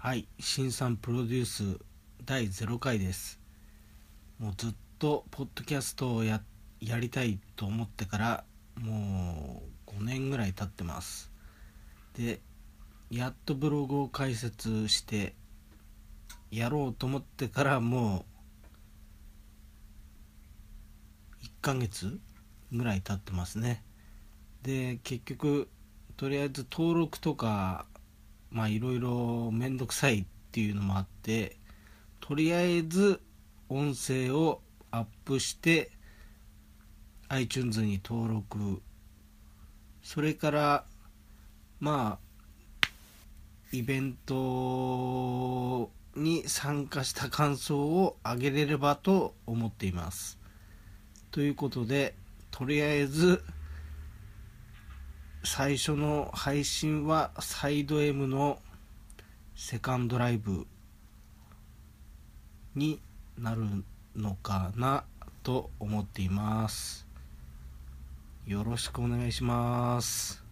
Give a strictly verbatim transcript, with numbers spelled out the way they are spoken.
はい、新さんプロデュースだいゼロかいです。もうずっとポッドキャストを や, やりたいと思ってからもうごねんぐらい経ってます。で、やっとブログを開設してやろうと思ってからもういっかげつぐらい経ってますね。で、結局とりあえず登録とかまあいろいろめんどくさいっていうのもあって、とりあえず音声をアップして iTunes に登録、それからまあイベントに参加した感想をあげれればと思っています。ということで、とりあえず最初の配信はサイド M のセカンドライブになるのかなと思っています。よろしくお願いします。